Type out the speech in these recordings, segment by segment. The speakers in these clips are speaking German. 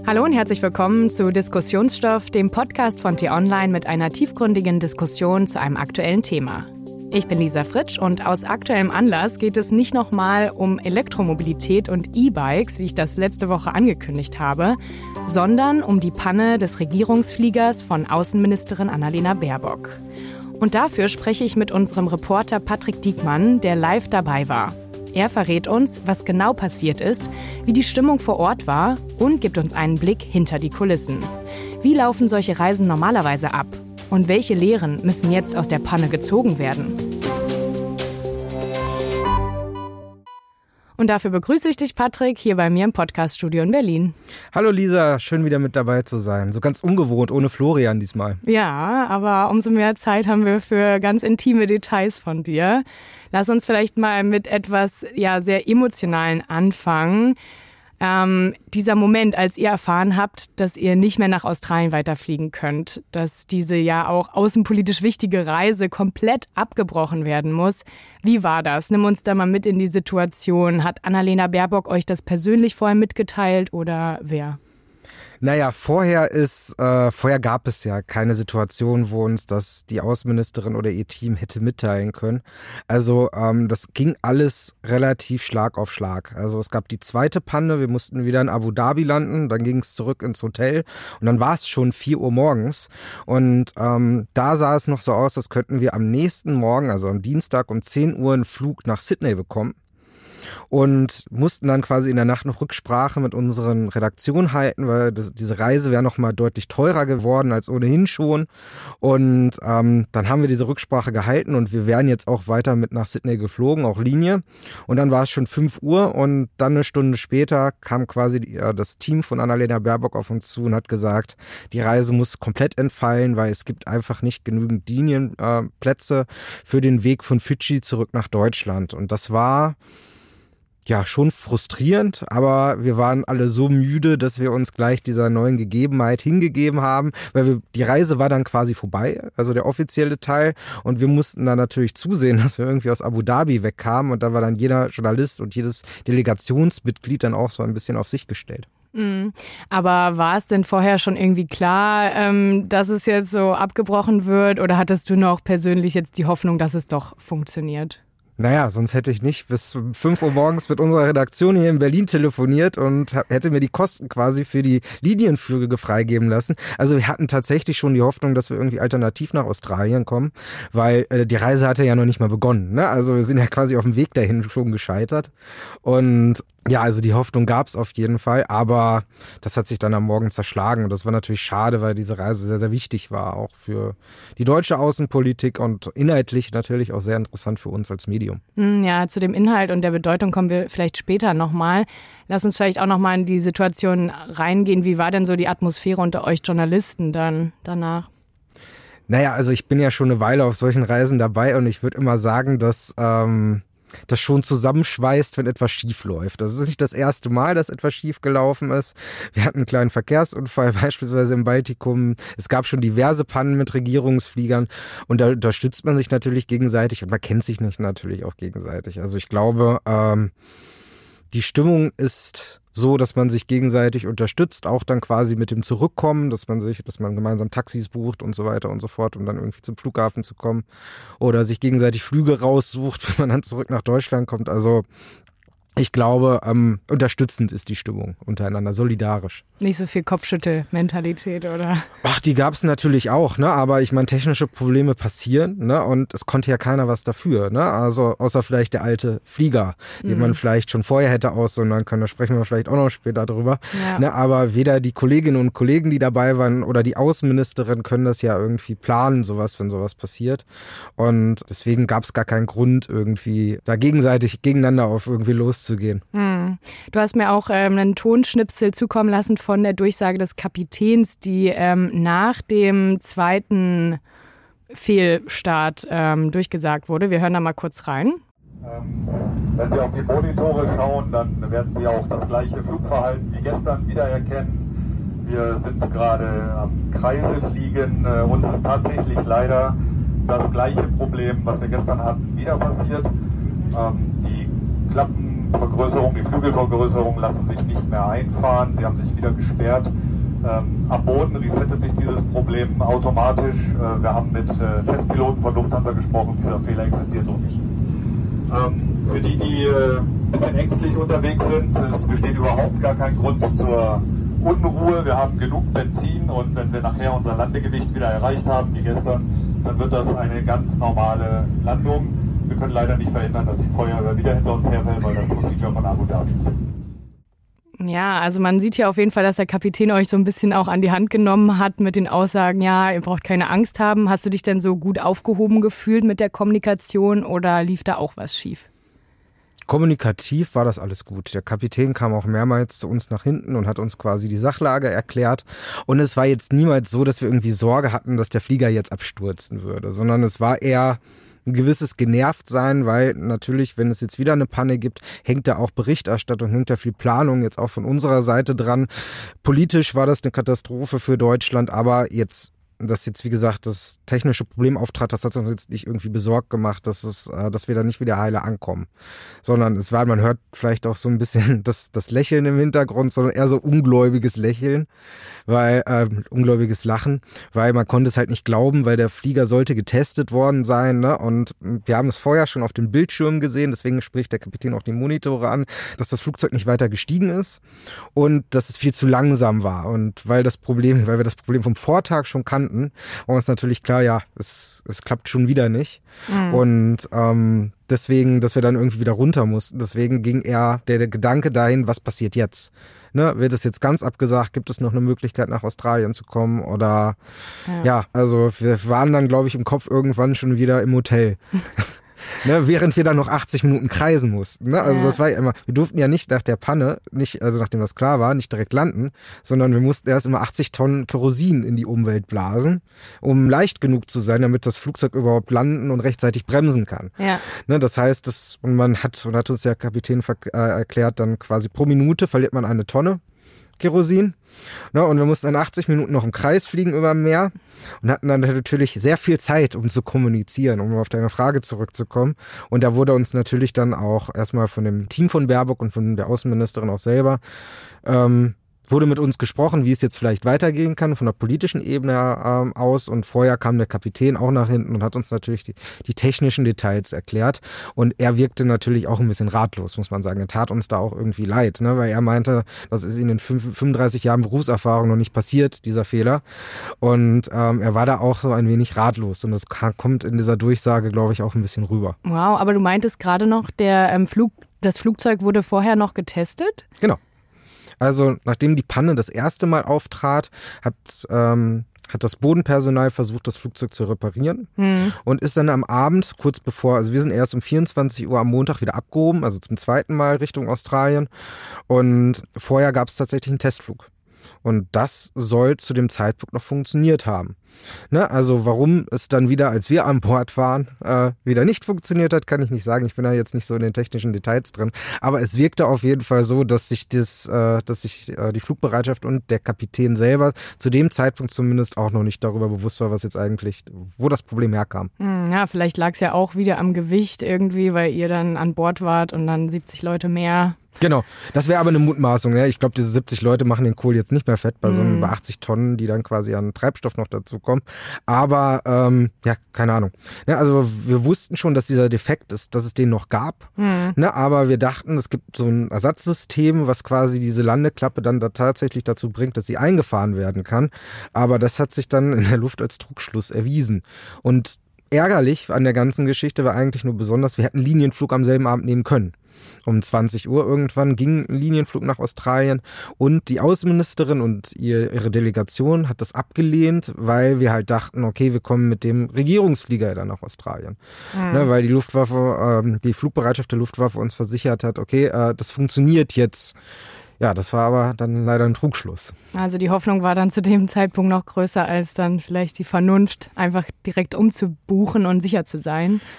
Hallo und herzlich willkommen zu Diskussionsstoff, dem Podcast von T-Online mit einer tiefgründigen Diskussion zu einem aktuellen Thema. Ich bin Lisa Fritsch und aus aktuellem Anlass geht es nicht nochmal um Elektromobilität und E-Bikes, wie ich das letzte Woche angekündigt habe, sondern um die Panne des Regierungsfliegers von Außenministerin Annalena Baerbock. Und dafür spreche ich mit unserem Reporter Patrick Diekmann, der live dabei war. Er verrät uns, was genau passiert ist, wie die Stimmung vor Ort war und gibt uns einen Blick hinter die Kulissen. Wie laufen solche Reisen normalerweise ab? Und welche Lehren müssen jetzt aus der Panne gezogen werden? Und dafür begrüße ich dich, Patrick, hier bei mir im Podcaststudio in Berlin. Hallo Lisa, schön wieder mit dabei zu sein. So ganz ungewohnt, ohne Florian diesmal. Ja, aber umso mehr Zeit haben wir für ganz intime Details von dir. Lass uns vielleicht mal mit etwas sehr Emotionalen anfangen. Dieser Moment, als ihr erfahren habt, dass ihr nicht mehr nach Australien weiterfliegen könnt, dass diese ja auch außenpolitisch wichtige Reise komplett abgebrochen werden muss. Wie war das? Nimm uns da mal mit in die Situation. Hat Annalena Baerbock euch das persönlich vorher mitgeteilt oder wer? Naja, vorher gab es ja keine Situation, wo uns das die Außenministerin oder ihr Team hätte mitteilen können. Also das ging alles relativ Schlag auf Schlag. Also es gab die zweite Panne, wir mussten wieder in Abu Dhabi landen, dann ging es zurück ins Hotel und dann war es schon 4 Uhr morgens. Und da sah es noch so aus, als könnten wir am nächsten Morgen, also am Dienstag um 10 Uhr einen Flug nach Sydney bekommen. Und mussten dann quasi in der Nacht noch Rücksprache mit unseren Redaktionen halten, weil diese Reise wäre noch mal deutlich teurer geworden als ohnehin schon. Und dann haben wir diese Rücksprache gehalten und wir wären jetzt auch weiter mit nach Sydney geflogen, auch Linie. Und dann war es schon 5 Uhr und dann eine Stunde später kam quasi das Team von Annalena Baerbock auf uns zu und hat gesagt, die Reise muss komplett entfallen, weil es gibt einfach nicht genügend Linienplätze für den Weg von Fidschi zurück nach Deutschland. Und das war ja schon frustrierend, aber wir waren alle so müde, dass wir uns gleich dieser neuen Gegebenheit hingegeben haben, weil die Reise war dann quasi vorbei, also der offizielle Teil, und wir mussten dann natürlich zusehen, dass wir irgendwie aus Abu Dhabi wegkamen, und da war dann jeder Journalist und jedes Delegationsmitglied dann auch so ein bisschen auf sich gestellt. Aber war es denn vorher schon irgendwie klar, dass es jetzt so abgebrochen wird, oder hattest du noch persönlich jetzt die Hoffnung, dass es doch funktioniert? Naja, sonst hätte ich nicht bis 5 Uhr morgens mit unserer Redaktion hier in Berlin telefoniert und hätte mir die Kosten quasi für die Linienflüge freigeben lassen. Also wir hatten tatsächlich schon die Hoffnung, dass wir irgendwie alternativ nach Australien kommen, weil die Reise hatte ja noch nicht mal begonnen, ne? Also wir sind ja quasi auf dem Weg dahin schon gescheitert. Und ja, also die Hoffnung gab es auf jeden Fall, aber das hat sich dann am Morgen zerschlagen und das war natürlich schade, weil diese Reise sehr, sehr wichtig war, auch für die deutsche Außenpolitik und inhaltlich natürlich auch sehr interessant für uns als Medium. Ja, zu dem Inhalt und der Bedeutung kommen wir vielleicht später nochmal. Lass uns vielleicht auch nochmal in die Situation reingehen. Wie war denn so die Atmosphäre unter euch Journalisten dann danach? Naja, also ich bin ja schon eine Weile auf solchen Reisen dabei und ich würde immer sagen, dass das schon zusammenschweißt, wenn etwas schief läuft. Das ist nicht das erste Mal, dass etwas schief gelaufen ist. Wir hatten einen kleinen Verkehrsunfall, beispielsweise im Baltikum. Es gab schon diverse Pannen mit Regierungsfliegern und da unterstützt man sich natürlich gegenseitig und man kennt sich nicht natürlich auch gegenseitig. Also ich glaube, die Stimmung ist so, dass man sich gegenseitig unterstützt, auch dann quasi mit dem Zurückkommen, dass man gemeinsam Taxis bucht und so weiter und so fort, um dann irgendwie zum Flughafen zu kommen oder sich gegenseitig Flüge raussucht, wenn man dann zurück nach Deutschland kommt. Also ich glaube, unterstützend ist die Stimmung untereinander, solidarisch. Nicht so viel Kopfschüttel-Mentalität, oder? Ach, die gab es natürlich auch, ne? Aber ich meine, technische Probleme passieren, ne? Und es konnte ja keiner was dafür, ne? Also außer vielleicht der alte Flieger, den man vielleicht schon vorher hätte aussondern können. Da sprechen wir vielleicht auch noch später drüber. Ja. Ne? Aber weder die Kolleginnen und Kollegen, die dabei waren, oder die Außenministerin können das ja irgendwie planen, wenn sowas passiert. Und deswegen gab es gar keinen Grund, irgendwie da gegenseitig gegeneinander auf irgendwie loszugehen. Du hast mir auch einen Tonschnipsel zukommen lassen von der Durchsage des Kapitäns, die nach dem zweiten Fehlstart durchgesagt wurde. Wir hören da mal kurz rein. Wenn Sie auf die Monitore schauen, dann werden Sie auch das gleiche Flugverhalten wie gestern wiedererkennen. Wir sind gerade am Kreise fliegen. Uns ist tatsächlich leider das gleiche Problem, was wir gestern hatten, wieder passiert. Die Klappen Vergrößerungen, die Flügelvergrößerungen lassen sich nicht mehr einfahren, sie haben sich wieder gesperrt. Am Boden resettet sich dieses Problem automatisch. Wir haben mit Testpiloten von Lufthansa gesprochen, dieser Fehler existiert so nicht. Für die ein bisschen ängstlich unterwegs sind, es besteht überhaupt gar kein Grund zur Unruhe. Wir haben genug Benzin und wenn wir nachher unser Landegewicht wieder erreicht haben, wie gestern, dann wird das eine ganz normale Landung. Wir können leider nicht verhindern, dass die Feuerwehr wieder hinter uns herfällt, weil das Procedure von Abu Dhabi ist. Ja, also man sieht ja auf jeden Fall, dass der Kapitän euch so ein bisschen auch an die Hand genommen hat mit den Aussagen, ja, ihr braucht keine Angst haben. Hast du dich denn so gut aufgehoben gefühlt mit der Kommunikation oder lief da auch was schief? Kommunikativ war das alles gut. Der Kapitän kam auch mehrmals zu uns nach hinten und hat uns quasi die Sachlage erklärt. Und es war jetzt niemals so, dass wir irgendwie Sorge hatten, dass der Flieger jetzt abstürzen würde, sondern es war eher ein gewisses Genervtsein, weil natürlich, wenn es jetzt wieder eine Panne gibt, hängt da auch Berichterstattung, hängt da viel Planung jetzt auch von unserer Seite dran. Politisch war das eine Katastrophe für Deutschland, aber dass jetzt, wie gesagt, das technische Problem auftrat, das hat uns jetzt nicht irgendwie besorgt gemacht, dass wir da nicht wieder heile ankommen. Sondern man hört vielleicht auch so ein bisschen das Lächeln im Hintergrund, sondern eher so ungläubiges Lächeln, ungläubiges Lachen, weil man konnte es halt nicht glauben, weil der Flieger sollte getestet worden sein, ne? Und wir haben es vorher schon auf dem Bildschirm gesehen, deswegen spricht der Kapitän auch die Monitore an, dass das Flugzeug nicht weiter gestiegen ist und dass es viel zu langsam war. Und weil wir das Problem vom Vortag schon kannten, war uns natürlich klar, ja, es klappt schon wieder nicht. Mhm. Und deswegen, dass wir dann irgendwie wieder runter mussten. Deswegen ging eher der Gedanke dahin, was passiert jetzt? Ne, wird es jetzt ganz abgesagt? Gibt es noch eine Möglichkeit, nach Australien zu kommen? Oder also wir waren dann, glaube ich, im Kopf irgendwann schon wieder im Hotel. Ne, während wir dann noch 80 Minuten kreisen mussten. Ne? Also das war ja immer, wir durften ja nicht nach der Panne, nachdem das klar war, nicht direkt landen, sondern wir mussten erst immer 80 Tonnen Kerosin in die Umwelt blasen, um leicht genug zu sein, damit das Flugzeug überhaupt landen und rechtzeitig bremsen kann. Ja. Ne, das heißt, hat uns der Kapitän erklärt, dann quasi pro Minute verliert man eine Tonne Kerosin. Ne, und wir mussten dann 80 Minuten noch im Kreis fliegen über dem Meer und hatten dann natürlich sehr viel Zeit, um zu kommunizieren, um auf deine Frage zurückzukommen. Und da wurde uns natürlich dann auch erstmal von dem Team von Baerbock und von der Außenministerin auch selber wurde mit uns gesprochen, wie es jetzt vielleicht weitergehen kann, von der politischen Ebene aus. Und vorher kam der Kapitän auch nach hinten und hat uns natürlich die technischen Details erklärt. Und er wirkte natürlich auch ein bisschen ratlos, muss man sagen. Er tat uns da auch irgendwie leid, ne? Weil er meinte, das ist in den 35 Jahren Berufserfahrung noch nicht passiert, dieser Fehler. Und er war da auch so ein wenig ratlos. Und das kommt in dieser Durchsage, glaube ich, auch ein bisschen rüber. Wow, aber du meintest gerade noch, das Flugzeug wurde vorher noch getestet? Genau. Also nachdem die Panne das erste Mal auftrat, hat das Bodenpersonal versucht, das Flugzeug zu reparieren und ist dann am Abend, kurz bevor, also wir sind erst um 24 Uhr am Montag wieder abgehoben, also zum zweiten Mal Richtung Australien, und vorher gab es tatsächlich einen Testflug. Und das soll zu dem Zeitpunkt noch funktioniert haben. Ne? Also warum es dann wieder, als wir an Bord waren, wieder nicht funktioniert hat, kann ich nicht sagen. Ich bin da jetzt nicht so in den technischen Details drin. Aber es wirkte auf jeden Fall so, dass sich die Flugbereitschaft und der Kapitän selber zu dem Zeitpunkt zumindest auch noch nicht darüber bewusst war, wo das Problem herkam. Ja, vielleicht lag es ja auch wieder am Gewicht irgendwie, weil ihr dann an Bord wart und dann 70 Leute mehr. Genau, das wäre aber eine Mutmaßung. Ja? Ich glaube, diese 70 Leute machen den Kohl jetzt nicht mehr fett bei so über 80 Tonnen, die dann quasi an Treibstoff noch dazu kommen. Aber keine Ahnung. Ja, also wir wussten schon, dass dieser Defekt ist, dass es den noch gab. Ne? Aber wir dachten, es gibt so ein Ersatzsystem, was quasi diese Landeklappe dann da tatsächlich dazu bringt, dass sie eingefahren werden kann. Aber das hat sich dann in der Luft als Trugschluss erwiesen. Und ärgerlich an der ganzen Geschichte war eigentlich nur besonders, wir hätten einen Linienflug am selben Abend nehmen können. Um 20 Uhr irgendwann ging ein Linienflug nach Australien und die Außenministerin und ihre Delegation hat das abgelehnt, weil wir halt dachten, okay, wir kommen mit dem Regierungsflieger dann nach Australien. Ne, weil die Flugbereitschaft der Luftwaffe uns versichert hat, okay, das funktioniert jetzt. Ja, das war aber dann leider ein Trugschluss. Also die Hoffnung war dann zu dem Zeitpunkt noch größer als dann vielleicht die Vernunft, einfach direkt umzubuchen und sicher zu sein.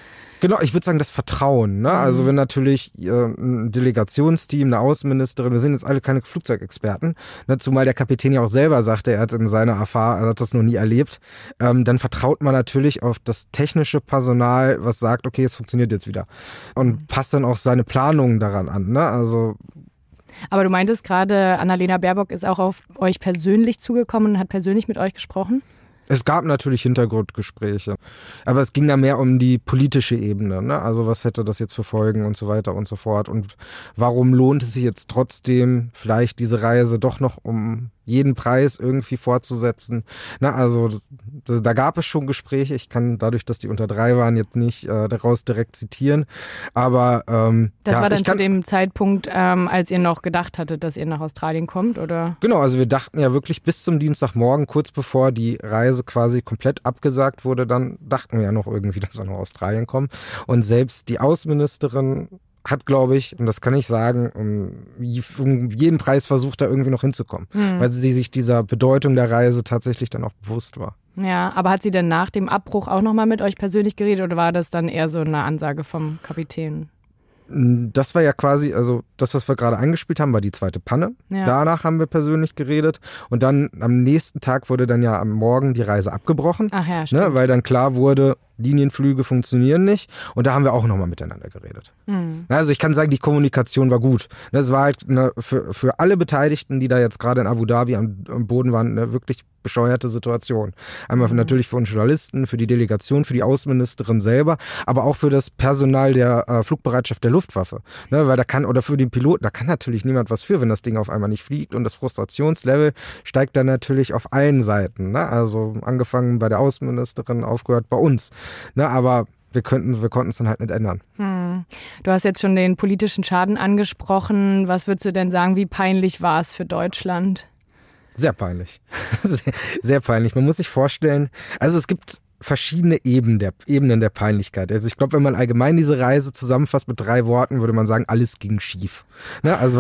Genau, ich würde sagen, das Vertrauen. Ne? Also wenn natürlich ein Delegationsteam, eine Außenministerin, wir sind jetzt alle keine Flugzeugexperten, ne? Zumal der Kapitän ja auch selber sagte, er hat in seiner Erfahrung, er hat das noch nie erlebt, dann vertraut man natürlich auf das technische Personal, was sagt, okay, es funktioniert jetzt wieder. Und passt dann auch seine Planungen daran an. Ne? Also aber du meintest gerade, Annalena Baerbock ist auch auf euch persönlich zugekommen und hat persönlich mit euch gesprochen? Es gab natürlich Hintergrundgespräche, aber es ging da mehr um die politische Ebene, ne? Also was hätte das jetzt für Folgen und so weiter und so fort und warum lohnt es sich jetzt trotzdem vielleicht diese Reise doch noch um jeden Preis irgendwie fortzusetzen. Na, also da gab es schon Gespräche. Ich kann dadurch, dass die unter 3 waren, jetzt nicht daraus direkt zitieren. Aber das war dann zu dem Zeitpunkt, als ihr noch gedacht hattet, dass ihr nach Australien kommt, oder? Genau, also wir dachten ja wirklich bis zum Dienstagmorgen, kurz bevor die Reise quasi komplett abgesagt wurde, dann dachten wir ja noch irgendwie, dass wir nach Australien kommen. Und selbst die Außenministerin hat, glaube ich, und das kann ich sagen, um jeden Preis versucht, da irgendwie noch hinzukommen, weil sie sich dieser Bedeutung der Reise tatsächlich dann auch bewusst war. Ja, aber hat sie denn nach dem Abbruch auch nochmal mit euch persönlich geredet oder war das dann eher so eine Ansage vom Kapitän? Das war ja quasi, also das, was wir gerade angespielt haben, war die zweite Panne. Ja. Danach haben wir persönlich geredet und dann am nächsten Tag wurde dann ja am Morgen die Reise abgebrochen. Ach ja, stimmt. Ne, weil dann klar wurde, Linienflüge funktionieren nicht und da haben wir auch nochmal miteinander geredet. Also ich kann sagen, die Kommunikation war gut. Das war halt für alle Beteiligten, die da jetzt gerade in Abu Dhabi am Boden waren, eine wirklich bescheuerte Situation. Einmal natürlich für uns Journalisten, für die Delegation, für die Außenministerin selber, aber auch für das Personal der Flugbereitschaft der Luftwaffe. Ne, weil da kann, oder für den Piloten, da kann natürlich niemand was für, wenn das Ding auf einmal nicht fliegt und das Frustrationslevel steigt dann natürlich auf allen Seiten. Ne? Also angefangen bei der Außenministerin, aufgehört bei uns. Ne, aber wir konnten es dann halt nicht ändern. Du hast jetzt schon den politischen Schaden angesprochen. Was würdest du denn sagen, wie peinlich war es für Deutschland? Sehr peinlich. Sehr peinlich. Man muss sich vorstellen, also es gibt verschiedene Ebenen der Peinlichkeit. Also ich glaube, wenn man allgemein diese Reise zusammenfasst mit 3 Worten, würde man sagen, alles ging schief. Ne, also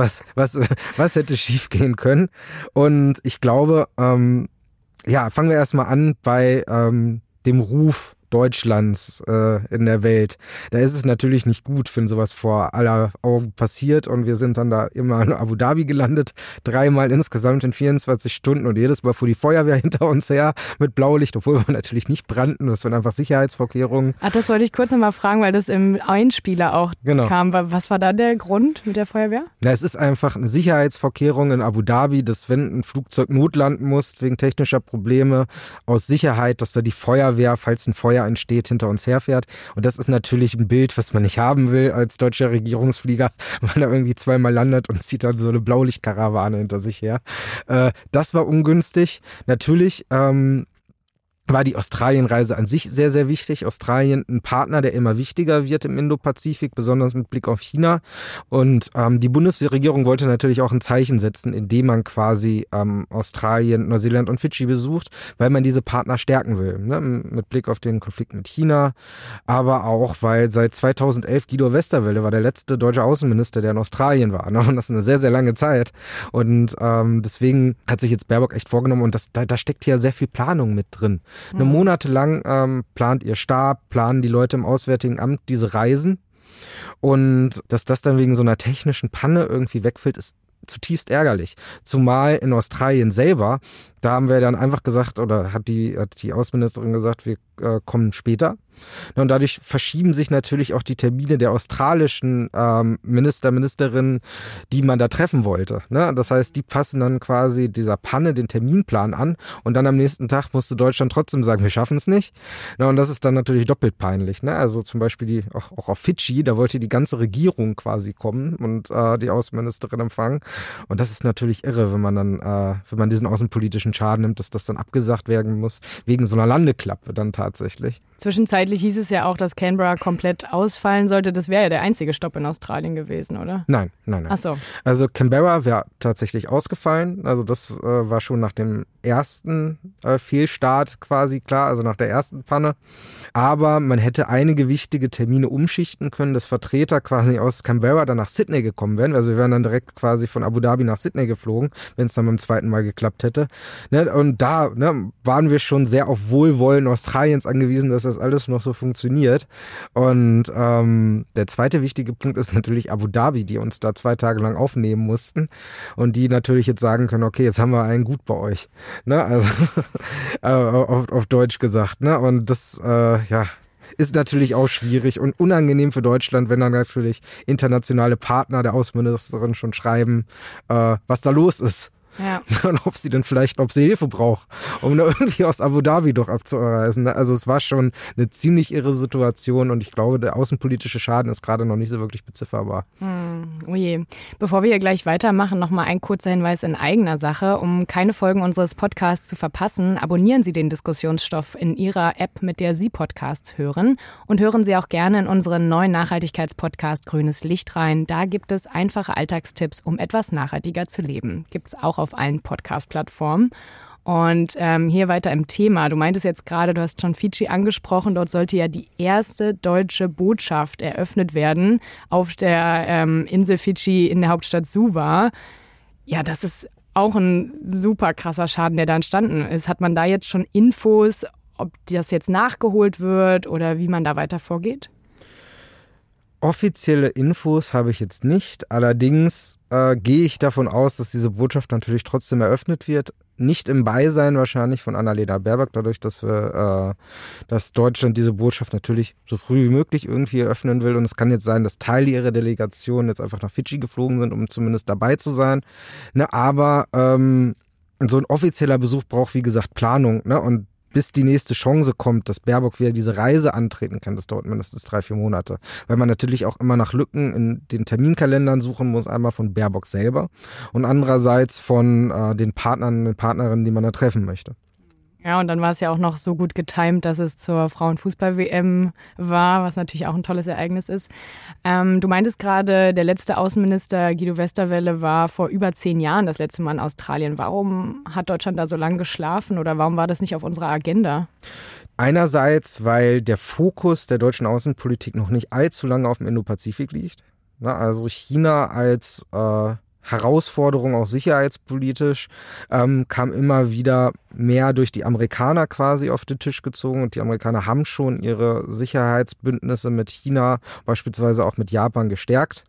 was hätte schief gehen können? Und ich glaube, fangen wir erstmal an bei dem Ruf Deutschlands in der Welt. Da ist es natürlich nicht gut, wenn sowas vor aller Augen passiert und wir sind dann da immer in Abu Dhabi gelandet, 3-mal insgesamt in 24 Stunden und jedes Mal fuhr die Feuerwehr hinter uns her mit Blaulicht, obwohl wir natürlich nicht brannten, das waren einfach Sicherheitsvorkehrungen. Ach, das wollte ich kurz nochmal fragen, weil das im Einspieler auch kam. Was war da der Grund mit der Feuerwehr? Na, es ist einfach eine Sicherheitsvorkehrung in Abu Dhabi, dass wenn ein Flugzeug notlanden muss wegen technischer Probleme, aus Sicherheit, dass da die Feuerwehr, falls ein Feuer entsteht, hinter uns herfährt. Und das ist natürlich ein Bild, was man nicht haben will als deutscher Regierungsflieger, weil er irgendwie 2-mal landet und zieht dann so eine Blaulichtkarawane hinter sich her. Das war ungünstig. Natürlich war die Australienreise an sich sehr, sehr wichtig. Australien ein Partner, der immer wichtiger wird im Indopazifik, besonders mit Blick auf China. Und die Bundesregierung wollte natürlich auch ein Zeichen setzen, indem man quasi Australien, Neuseeland und Fidschi besucht, weil man diese Partner stärken will, ne? Mit Blick auf den Konflikt mit China, aber auch, weil seit 2011 Guido Westerwelle war der letzte deutsche Außenminister, der in Australien war. Ne? Und das ist eine sehr, sehr lange Zeit. Und deswegen hat sich jetzt Baerbock echt vorgenommen und da steckt hier sehr viel Planung mit drin. Monatelang plant ihr Stab, planen die Leute im Auswärtigen Amt diese Reisen. Und dass das dann wegen so einer technischen Panne irgendwie wegfällt, ist zutiefst ärgerlich. Zumal in Australien selber, da haben wir dann einfach gesagt, oder hat die Außenministerin gesagt, wir kommen später. Und dadurch verschieben sich natürlich auch die Termine der australischen Ministerinnen, die man da treffen wollte. Ne? Das heißt, die passen dann quasi dieser Panne den Terminplan an und dann am nächsten Tag musste Deutschland trotzdem sagen, wir schaffen es nicht. Na, und das ist dann natürlich doppelt peinlich. Ne? Also zum Beispiel auch auf Fidschi, da wollte die ganze Regierung quasi kommen und die Außenministerin empfangen. Und das ist natürlich irre, wenn man diesen außenpolitischen Schaden nimmt, dass das dann abgesagt werden muss, wegen so einer Landeklappe dann tatsächlich. Zwischenzeitlich hieß es ja auch, dass Canberra komplett ausfallen sollte. Das wäre ja der einzige Stopp in Australien gewesen, oder? Nein. Ach so. Also Canberra wäre tatsächlich ausgefallen. Also das war schon nach dem ersten Fehlstart quasi klar, also nach der ersten Panne. Aber man hätte einige wichtige Termine umschichten können, dass Vertreter quasi aus Canberra dann nach Sydney gekommen wären. Also wir wären dann direkt quasi von Abu Dhabi nach Sydney geflogen, wenn es dann beim zweiten Mal geklappt hätte. Ne, und da waren wir schon sehr auf Wohlwollen Australiens angewiesen, dass das alles noch so funktioniert. Und der zweite wichtige Punkt ist natürlich Abu Dhabi, die uns da 2 Tage lang aufnehmen mussten und die natürlich jetzt sagen können, okay, jetzt haben wir einen gut bei euch. Ne, also auf Deutsch gesagt. Ne? Und das, ist natürlich auch schwierig und unangenehm für Deutschland, wenn dann natürlich internationale Partner der Außenministerin schon schreiben, was da los ist. Ja. Und ob sie Hilfe braucht, um da irgendwie aus Abu Dhabi doch abzureisen. Also es war schon eine ziemlich irre Situation und ich glaube, der außenpolitische Schaden ist gerade noch nicht so wirklich bezifferbar. Oh je. Bevor wir hier gleich weitermachen, nochmal ein kurzer Hinweis in eigener Sache. Um keine Folgen unseres Podcasts zu verpassen, abonnieren Sie den Diskussionsstoff in Ihrer App, mit der Sie Podcasts hören. Und hören Sie auch gerne in unseren neuen Nachhaltigkeitspodcast Grünes Licht rein. Da gibt es einfache Alltagstipps, um etwas nachhaltiger zu leben. Gibt es auch auf allen Podcast-Plattformen. Und hier weiter im Thema. Du meintest jetzt gerade, du hast schon Fidschi angesprochen. Dort sollte ja die erste deutsche Botschaft eröffnet werden auf der Insel Fidschi in der Hauptstadt Suva. Ja, das ist auch ein super krasser Schaden, der da entstanden ist. Hat man da jetzt schon Infos, ob das jetzt nachgeholt wird oder wie man da weiter vorgeht? Offizielle Infos habe ich jetzt nicht. Allerdings gehe ich davon aus, dass diese Botschaft natürlich trotzdem eröffnet wird. Nicht im Beisein wahrscheinlich von Annalena Baerbock, dadurch, dass Deutschland diese Botschaft natürlich so früh wie möglich irgendwie eröffnen will. Und es kann jetzt sein, dass Teile ihrer Delegation jetzt einfach nach Fidschi geflogen sind, um zumindest dabei zu sein. Ne, aber so ein offizieller Besuch braucht, wie gesagt, Planung. Ne? Und bis die nächste Chance kommt, dass Baerbock wieder diese Reise antreten kann, das dauert mindestens 3-4 Monate. Weil man natürlich auch immer nach Lücken in den Terminkalendern suchen muss, einmal von Baerbock selber und andererseits von den Partnern und Partnerinnen, die man da treffen möchte. Ja, und dann war es ja auch noch so gut getimt, dass es zur Frauenfußball-WM war, was natürlich auch ein tolles Ereignis ist. Du meintest gerade, der letzte Außenminister Guido Westerwelle war vor über 10 Jahren das letzte Mal in Australien. Warum hat Deutschland da so lange geschlafen oder warum war das nicht auf unserer Agenda? Einerseits, weil der Fokus der deutschen Außenpolitik noch nicht allzu lange auf dem Indopazifik liegt. Also China als Herausforderung, auch sicherheitspolitisch, kam immer wieder mehr durch die Amerikaner quasi auf den Tisch gezogen und die Amerikaner haben schon ihre Sicherheitsbündnisse mit China, beispielsweise auch mit Japan gestärkt.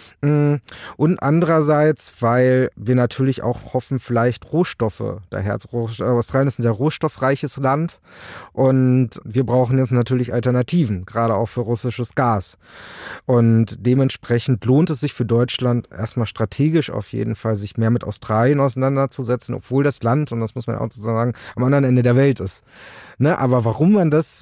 Und andererseits, weil wir natürlich auch hoffen, vielleicht Rohstoffe daher. Australien ist ein sehr rohstoffreiches Land und wir brauchen jetzt natürlich Alternativen, gerade auch für russisches Gas. Und dementsprechend lohnt es sich für Deutschland erstmal strategisch auf jeden Fall, sich mehr mit Australien auseinanderzusetzen, obwohl das Land, und das muss man auch so sagen, am anderen Ende der Welt ist. Ne? Aber warum man das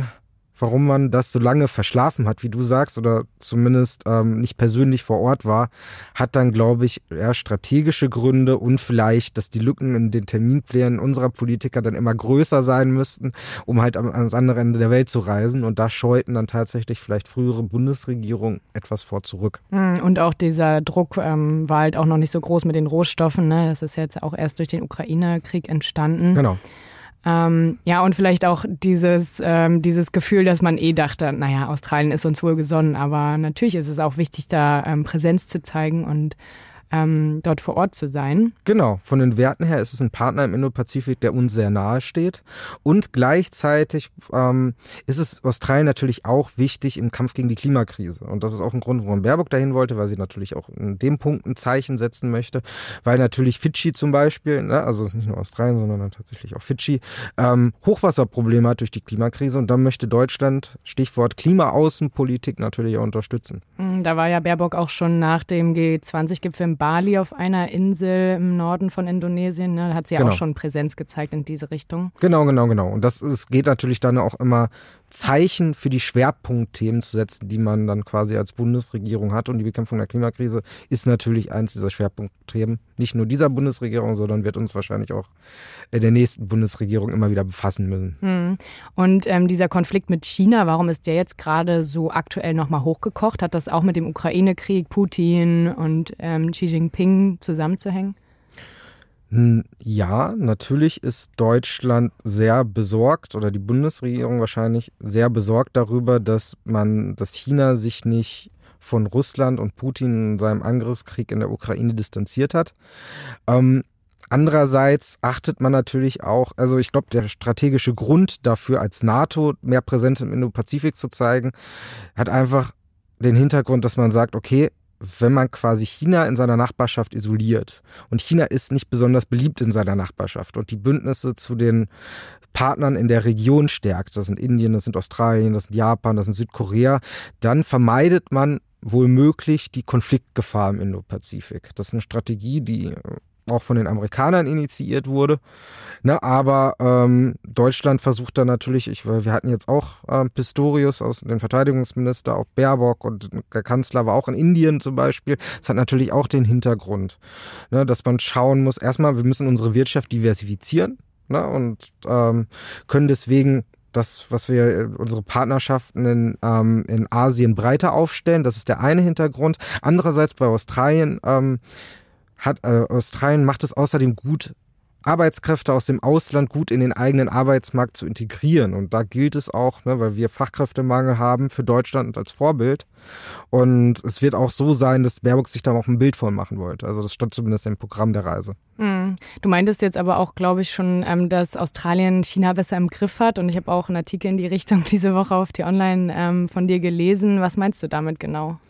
so lange verschlafen hat, wie du sagst, oder zumindest nicht persönlich vor Ort war, hat dann, glaube ich, eher strategische Gründe und vielleicht, dass die Lücken in den Terminplänen unserer Politiker dann immer größer sein müssten, um halt ans andere Ende der Welt zu reisen. Und da scheuten dann tatsächlich vielleicht frühere Bundesregierungen etwas vor zurück. Und auch dieser Druck war halt auch noch nicht so groß mit den Rohstoffen. Ne? Das ist jetzt auch erst durch den Ukraine-Krieg entstanden. Genau. Ja, und vielleicht auch dieses Gefühl, dass man dachte, naja, Australien ist uns wohl gesonnen, aber natürlich ist es auch wichtig, da Präsenz zu zeigen und dort vor Ort zu sein. Genau, von den Werten her ist es ein Partner im Indopazifik, der uns sehr nahe steht. Und gleichzeitig ist es Australien natürlich auch wichtig im Kampf gegen die Klimakrise. Und das ist auch ein Grund, warum Baerbock dahin wollte, weil sie natürlich auch in dem Punkt ein Zeichen setzen möchte. Weil natürlich Fidschi zum Beispiel, ne, also nicht nur Australien, sondern dann tatsächlich auch Fidschi, Hochwasserprobleme hat durch die Klimakrise. Und da möchte Deutschland, Stichwort Klimaaußenpolitik, natürlich auch unterstützen. Da war ja Baerbock auch schon nach dem G20-Gipfel in Bali auf einer Insel im Norden von Indonesien. Ne? Da hat sie ja auch schon Präsenz gezeigt in diese Richtung. Genau. Und es geht natürlich dann auch immer Zeichen für die Schwerpunktthemen zu setzen, die man dann quasi als Bundesregierung hat. Und die Bekämpfung der Klimakrise ist natürlich eins dieser Schwerpunktthemen. Nicht nur dieser Bundesregierung, sondern wird uns wahrscheinlich auch in der nächsten Bundesregierung immer wieder befassen müssen. Und dieser Konflikt mit China, warum ist der jetzt gerade so aktuell nochmal hochgekocht? Hat das auch mit dem Ukraine-Krieg, Putin und Xi Jinping zusammenzuhängen? Ja, natürlich ist Deutschland sehr besorgt oder die Bundesregierung wahrscheinlich sehr besorgt darüber, dass China sich nicht von Russland und Putin in seinem Angriffskrieg in der Ukraine distanziert hat. Andererseits achtet man natürlich auch, also ich glaube, der strategische Grund dafür, als NATO mehr Präsenz im Indo-Pazifik zu zeigen, hat einfach den Hintergrund, dass man sagt, okay, wenn man quasi China in seiner Nachbarschaft isoliert und China ist nicht besonders beliebt in seiner Nachbarschaft und die Bündnisse zu den Partnern in der Region stärkt, das sind Indien, das sind Australien, das sind Japan, das sind Südkorea, dann vermeidet man wohl möglich die Konfliktgefahr im Indo-Pazifik. Das ist eine Strategie, die auch von den Amerikanern initiiert wurde. Ne, aber Deutschland versucht da natürlich, wir hatten jetzt auch Pistorius aus dem Verteidigungsminister, auch Baerbock und der Kanzler war auch in Indien zum Beispiel. Das hat natürlich auch den Hintergrund, ne, dass man schauen muss, erstmal, wir müssen unsere Wirtschaft diversifizieren, ne, und können deswegen unsere Partnerschaften in Asien breiter aufstellen. Das ist der eine Hintergrund. Andererseits bei Australien Australien macht es außerdem gut, Arbeitskräfte aus dem Ausland gut in den eigenen Arbeitsmarkt zu integrieren. Und da gilt es auch, ne, weil wir Fachkräftemangel haben, für Deutschland als Vorbild. Und es wird auch so sein, dass Baerbock sich da auch ein Bild von machen wollte. Also das stand zumindest im Programm der Reise. Du meintest jetzt aber auch, glaube ich, schon, dass Australien China besser im Griff hat. Und ich habe auch einen Artikel in die Richtung diese Woche auf T-Online von dir gelesen. Was meinst du damit genau?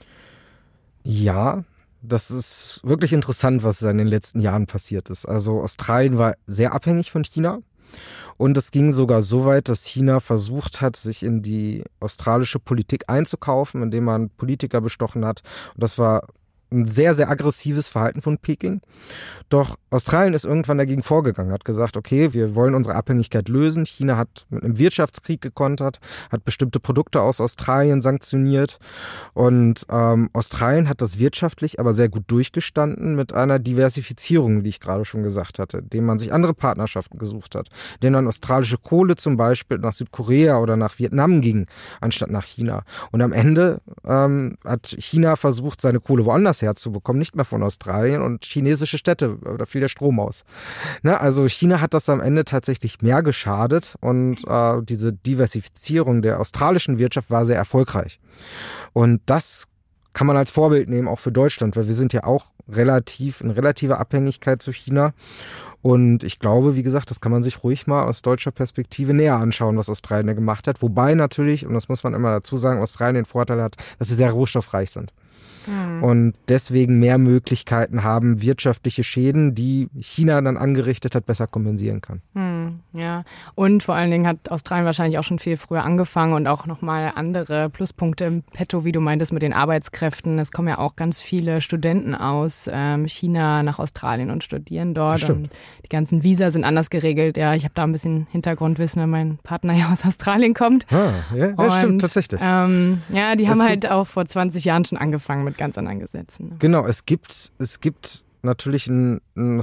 Ja, das ist wirklich interessant, was in den letzten Jahren passiert ist. Also Australien war sehr abhängig von China und es ging sogar so weit, dass China versucht hat, sich in die australische Politik einzukaufen, indem man Politiker bestochen hat. Und das war ein sehr, sehr aggressives Verhalten von Peking. Doch Australien ist irgendwann dagegen vorgegangen, hat gesagt, okay, wir wollen unsere Abhängigkeit lösen. China hat mit einem Wirtschaftskrieg gekontert, hat bestimmte Produkte aus Australien sanktioniert und Australien hat das wirtschaftlich aber sehr gut durchgestanden mit einer Diversifizierung, wie ich gerade schon gesagt hatte, indem man sich andere Partnerschaften gesucht hat, indem dann australische Kohle zum Beispiel nach Südkorea oder nach Vietnam ging, anstatt nach China. Und am Ende hat China versucht, seine Kohle woanders herzubekommen, nicht mehr von Australien und chinesische Städte, da fiel der Strom aus. Ne, also China hat das am Ende tatsächlich mehr geschadet und diese Diversifizierung der australischen Wirtschaft war sehr erfolgreich. Und das kann man als Vorbild nehmen, auch für Deutschland, weil wir sind ja auch in relativer Abhängigkeit zu China. Und ich glaube, wie gesagt, das kann man sich ruhig mal aus deutscher Perspektive näher anschauen, was Australien gemacht hat. Wobei natürlich, und das muss man immer dazu sagen, Australien den Vorteil hat, dass sie sehr rohstoffreich sind. Und deswegen mehr Möglichkeiten haben, wirtschaftliche Schäden, die China dann angerichtet hat, besser kompensieren kann. Ja, und vor allen Dingen hat Australien wahrscheinlich auch schon viel früher angefangen und auch nochmal andere Pluspunkte im Petto, wie du meintest, mit den Arbeitskräften. Es kommen ja auch ganz viele Studenten aus China nach Australien und studieren dort. Das stimmt. Und die ganzen Visa sind anders geregelt. Ja, ich habe da ein bisschen Hintergrundwissen, weil mein Partner ja aus Australien kommt. Ja, stimmt, tatsächlich. Die haben halt auch vor 20 Jahren schon angefangen mit ganz anderen Gesetzen. Genau, es gibt natürlich in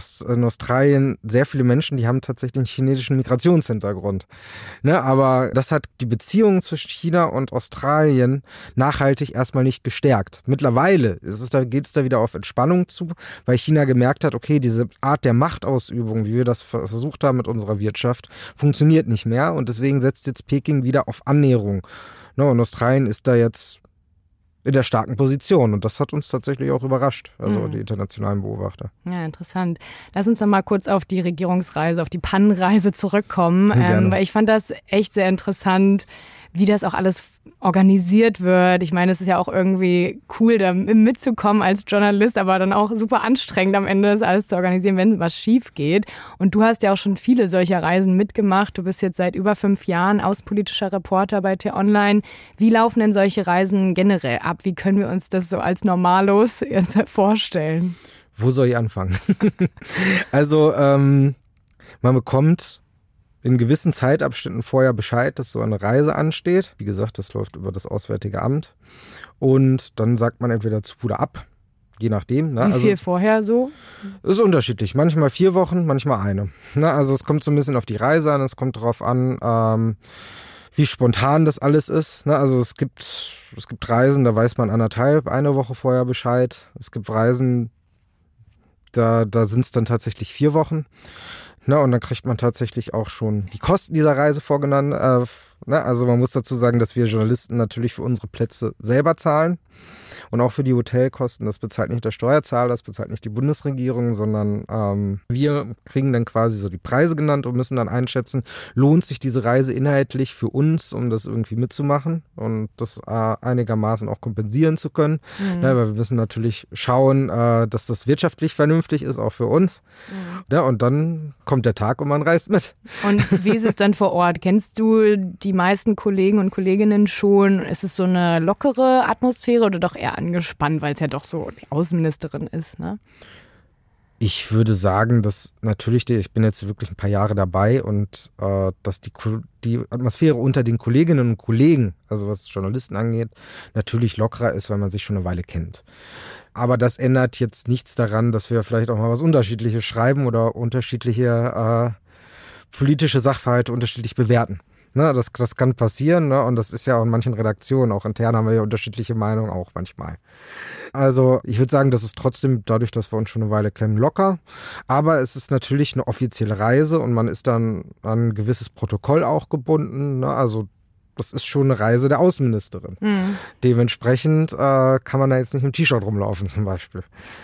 Australien sehr viele Menschen, die haben tatsächlich einen chinesischen Migrationshintergrund. Ne, aber das hat die Beziehungen zwischen China und Australien nachhaltig erstmal nicht gestärkt. Mittlerweile geht es da wieder auf Entspannung zu, weil China gemerkt hat, okay, diese Art der Machtausübung, wie wir das versucht haben mit unserer Wirtschaft, funktioniert nicht mehr und deswegen setzt jetzt Peking wieder auf Annäherung. Ne, und Australien ist da jetzt in der starken Position. Und das hat uns tatsächlich auch überrascht, also die internationalen Beobachter. Ja, interessant. Lass uns noch mal kurz auf die Regierungsreise, auf die Pannenreise zurückkommen, weil ich fand das echt sehr interessant, wie das auch alles organisiert wird. Ich meine, es ist ja auch irgendwie cool, da mitzukommen als Journalist, aber dann auch super anstrengend am Ende, das alles zu organisieren, wenn was schief geht. Und du hast ja auch schon viele solcher Reisen mitgemacht. Du bist jetzt seit über 5 Jahren außenpolitischer Reporter bei T-Online. Wie laufen denn solche Reisen generell ab? Wie können wir uns das so als Normalos jetzt vorstellen? Wo soll ich anfangen? Also, man bekommt in gewissen Zeitabständen vorher Bescheid, dass so eine Reise ansteht. Wie gesagt, das läuft über das Auswärtige Amt. Und dann sagt man entweder zu oder ab, je nachdem. Ne? Wie viel vorher so? Ist unterschiedlich. Manchmal 4 Wochen, manchmal eine. Ne? Also es kommt so ein bisschen auf die Reise an, es kommt darauf an, wie spontan das alles ist. Ne? Also es gibt Reisen, da weiß man 1,5, eine Woche vorher Bescheid. Es gibt Reisen, da sind es dann tatsächlich 4 Wochen. Ne, und dann kriegt man tatsächlich auch schon die Kosten dieser Reise vorgenannt. Also man muss dazu sagen, dass wir Journalisten natürlich für unsere Plätze selber zahlen. Und auch für die Hotelkosten, das bezahlt nicht der Steuerzahler, das bezahlt nicht die Bundesregierung, sondern wir kriegen dann quasi so die Preise genannt und müssen dann einschätzen, lohnt sich diese Reise inhaltlich für uns, um das irgendwie mitzumachen und das einigermaßen auch kompensieren zu können. Ja, weil wir müssen natürlich schauen, dass das wirtschaftlich vernünftig ist, auch für uns. Ja, und dann kommt der Tag und man reist mit. Und wie ist es dann vor Ort? Kennst du die meisten Kollegen und Kolleginnen schon? Ist es so eine lockere Atmosphäre oder doch eher angespannt, weil es ja doch so die Außenministerin ist, ne? Ich würde sagen, dass natürlich, ich bin jetzt wirklich ein paar Jahre dabei und dass die Atmosphäre unter den Kolleginnen und Kollegen, also was Journalisten angeht, natürlich lockerer ist, weil man sich schon eine Weile kennt. Aber das ändert jetzt nichts daran, dass wir vielleicht auch mal was Unterschiedliches schreiben oder unterschiedliche politische Sachverhalte unterschiedlich bewerten. Ne, das kann passieren, ne? Und das ist ja auch in manchen Redaktionen, auch intern haben wir ja unterschiedliche Meinungen auch manchmal. Also ich würde sagen, das ist trotzdem, dadurch, dass wir uns schon eine Weile kennen, locker. Aber es ist natürlich eine offizielle Reise und man ist dann an ein gewisses Protokoll auch gebunden. Ne? Also das ist schon eine Reise der Außenministerin. Dementsprechend kann man da jetzt nicht im T-Shirt rumlaufen zum Beispiel.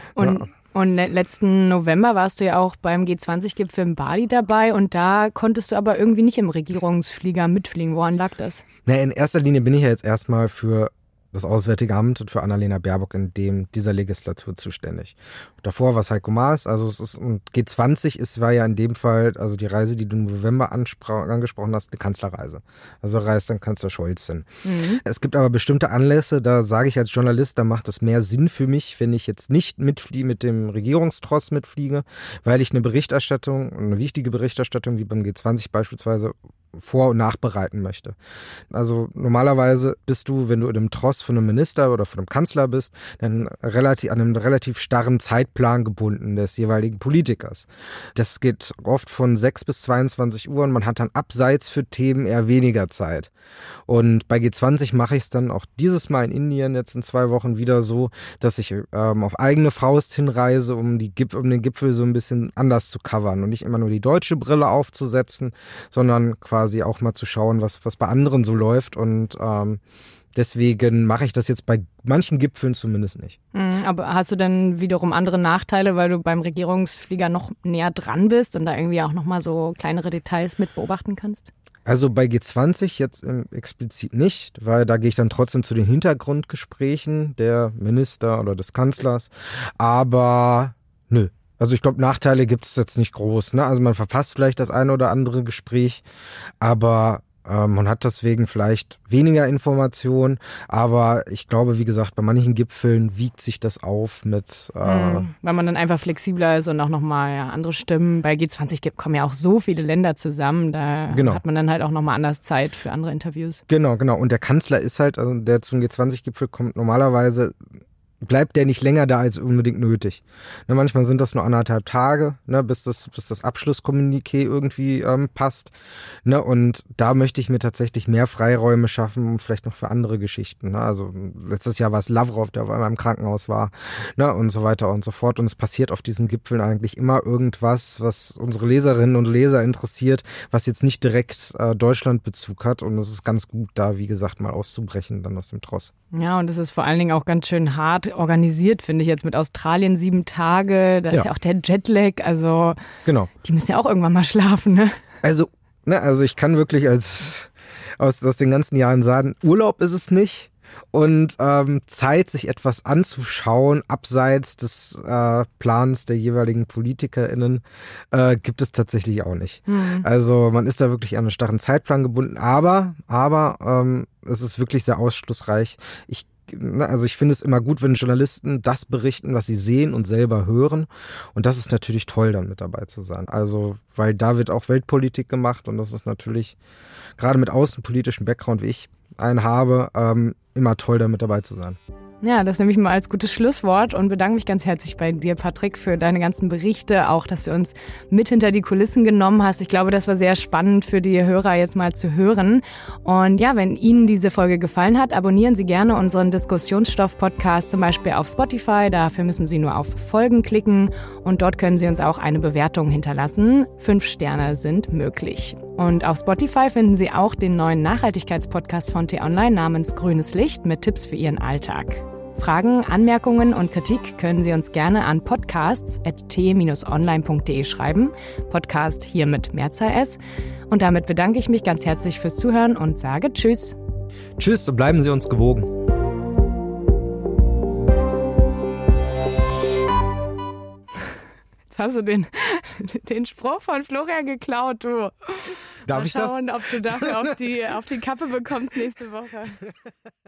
Und letzten November warst du ja auch beim G20-Gipfel in Bali dabei und da konntest du aber irgendwie nicht im Regierungsflieger mitfliegen. Woran lag das? In erster Linie bin ich ja jetzt erstmal für das Auswärtige Amt und für Annalena Baerbock in dieser Legislatur zuständig. Davor war es Heiko Maas, und G20 war ja in dem Fall, also die Reise, die du im November angesprochen hast, eine Kanzlerreise. Also reist dann Kanzler Scholz hin. Es gibt aber bestimmte Anlässe, da sage ich als Journalist, da macht es mehr Sinn für mich, wenn ich jetzt nicht mit dem Regierungstross mitfliege, weil ich eine wichtige Berichterstattung wie beim G20 beispielsweise vor- und nachbereiten möchte. Also normalerweise bist du, wenn du in einem Tross von einem Minister oder von einem Kanzler bist, dann an einem relativ starren Zeitplan gebunden des jeweiligen Politikers. Das geht oft von 6 bis 22 Uhr und man hat dann abseits für Themen eher weniger Zeit. Und bei G20 mache ich es dann auch dieses Mal in Indien jetzt in 2 Wochen wieder so, dass ich auf eigene Faust hinreise, um den Gipfel so ein bisschen anders zu covern und nicht immer nur die deutsche Brille aufzusetzen, sondern quasi auch mal zu schauen, was bei anderen so läuft und deswegen mache ich das jetzt bei manchen Gipfeln zumindest nicht. Aber hast du denn wiederum andere Nachteile, weil du beim Regierungsflieger noch näher dran bist und da irgendwie auch nochmal so kleinere Details mit beobachten kannst? Also bei G20 jetzt explizit nicht, weil da gehe ich dann trotzdem zu den Hintergrundgesprächen der Minister oder des Kanzlers, aber nö. Also ich glaube, Nachteile gibt es jetzt nicht groß. Ne? Also man verpasst vielleicht das eine oder andere Gespräch, aber man hat deswegen vielleicht weniger Informationen. Aber ich glaube, wie gesagt, bei manchen Gipfeln wiegt sich das auf mit... Weil man dann einfach flexibler ist und auch nochmal andere Stimmen. Bei G20 kommen ja auch so viele Länder zusammen. Da hat man dann halt auch nochmal anders Zeit für andere Interviews. Genau. Und der Kanzler ist halt, also der zum G20-Gipfel kommt normalerweise... bleibt der nicht länger da als unbedingt nötig. Ne, manchmal sind das nur 1,5 Tage, ne, bis das Abschlusskommuniqué irgendwie passt. Ne, und da möchte ich mir tatsächlich mehr Freiräume schaffen, vielleicht noch für andere Geschichten. Ne. Also letztes Jahr war es Lavrov, der auf einmal im Krankenhaus war, ne, und so weiter und so fort. Und es passiert auf diesen Gipfeln eigentlich immer irgendwas, was unsere Leserinnen und Leser interessiert, was jetzt nicht direkt Deutschlandbezug hat. Und es ist ganz gut, da, wie gesagt, mal auszubrechen dann aus dem Tross. Ja, und es ist vor allen Dingen auch ganz schön hart organisiert, finde ich jetzt mit Australien 7 Tage. Da ist ja auch der Jetlag. Also die müssen ja auch irgendwann mal schlafen, ne? Also ich kann wirklich aus den ganzen Jahren sagen, Urlaub ist es nicht. Und Zeit, sich etwas anzuschauen, abseits des Plans der jeweiligen PolitikerInnen, gibt es tatsächlich auch nicht. Also man ist da wirklich an einen starren Zeitplan gebunden, aber es ist wirklich sehr ausschlussreich. Ich finde es immer gut, wenn Journalisten das berichten, was sie sehen und selber hören. Und das ist natürlich toll, dann mit dabei zu sein. Also, weil da wird auch Weltpolitik gemacht und das ist natürlich, gerade mit außenpolitischem Background, wie ich einen habe, immer toll, da mit dabei zu sein. Ja, das nehme ich mal als gutes Schlusswort und bedanke mich ganz herzlich bei dir, Patrick, für deine ganzen Berichte, auch, dass du uns mit hinter die Kulissen genommen hast. Ich glaube, das war sehr spannend für die Hörer jetzt mal zu hören. Und ja, wenn Ihnen diese Folge gefallen hat, abonnieren Sie gerne unseren Diskussionsstoff-Podcast, zum Beispiel auf Spotify. Dafür müssen Sie nur auf Folgen klicken und dort können Sie uns auch eine Bewertung hinterlassen. 5 Sterne sind möglich. Und auf Spotify finden Sie auch den neuen Nachhaltigkeitspodcast von T-Online namens Grünes Licht mit Tipps für Ihren Alltag. Fragen, Anmerkungen und Kritik können Sie uns gerne an podcasts@t-online.de schreiben. Podcast hier mit Mehrzahl S. Und damit bedanke ich mich ganz herzlich fürs Zuhören und sage Tschüss. Tschüss und bleiben Sie uns gewogen. Jetzt hast du den Spruch von Florian geklaut, du. Darf ich das? Mal schauen, ob du dafür auf die Kappe bekommst nächste Woche.